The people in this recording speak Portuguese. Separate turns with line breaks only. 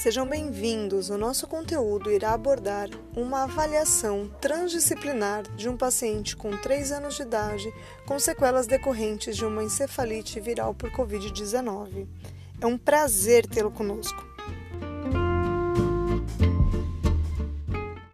Sejam bem-vindos. O nosso conteúdo irá abordar uma avaliação transdisciplinar de um paciente com 3 anos de idade com sequelas decorrentes de uma encefalite viral por Covid-19. É um prazer tê-lo conosco.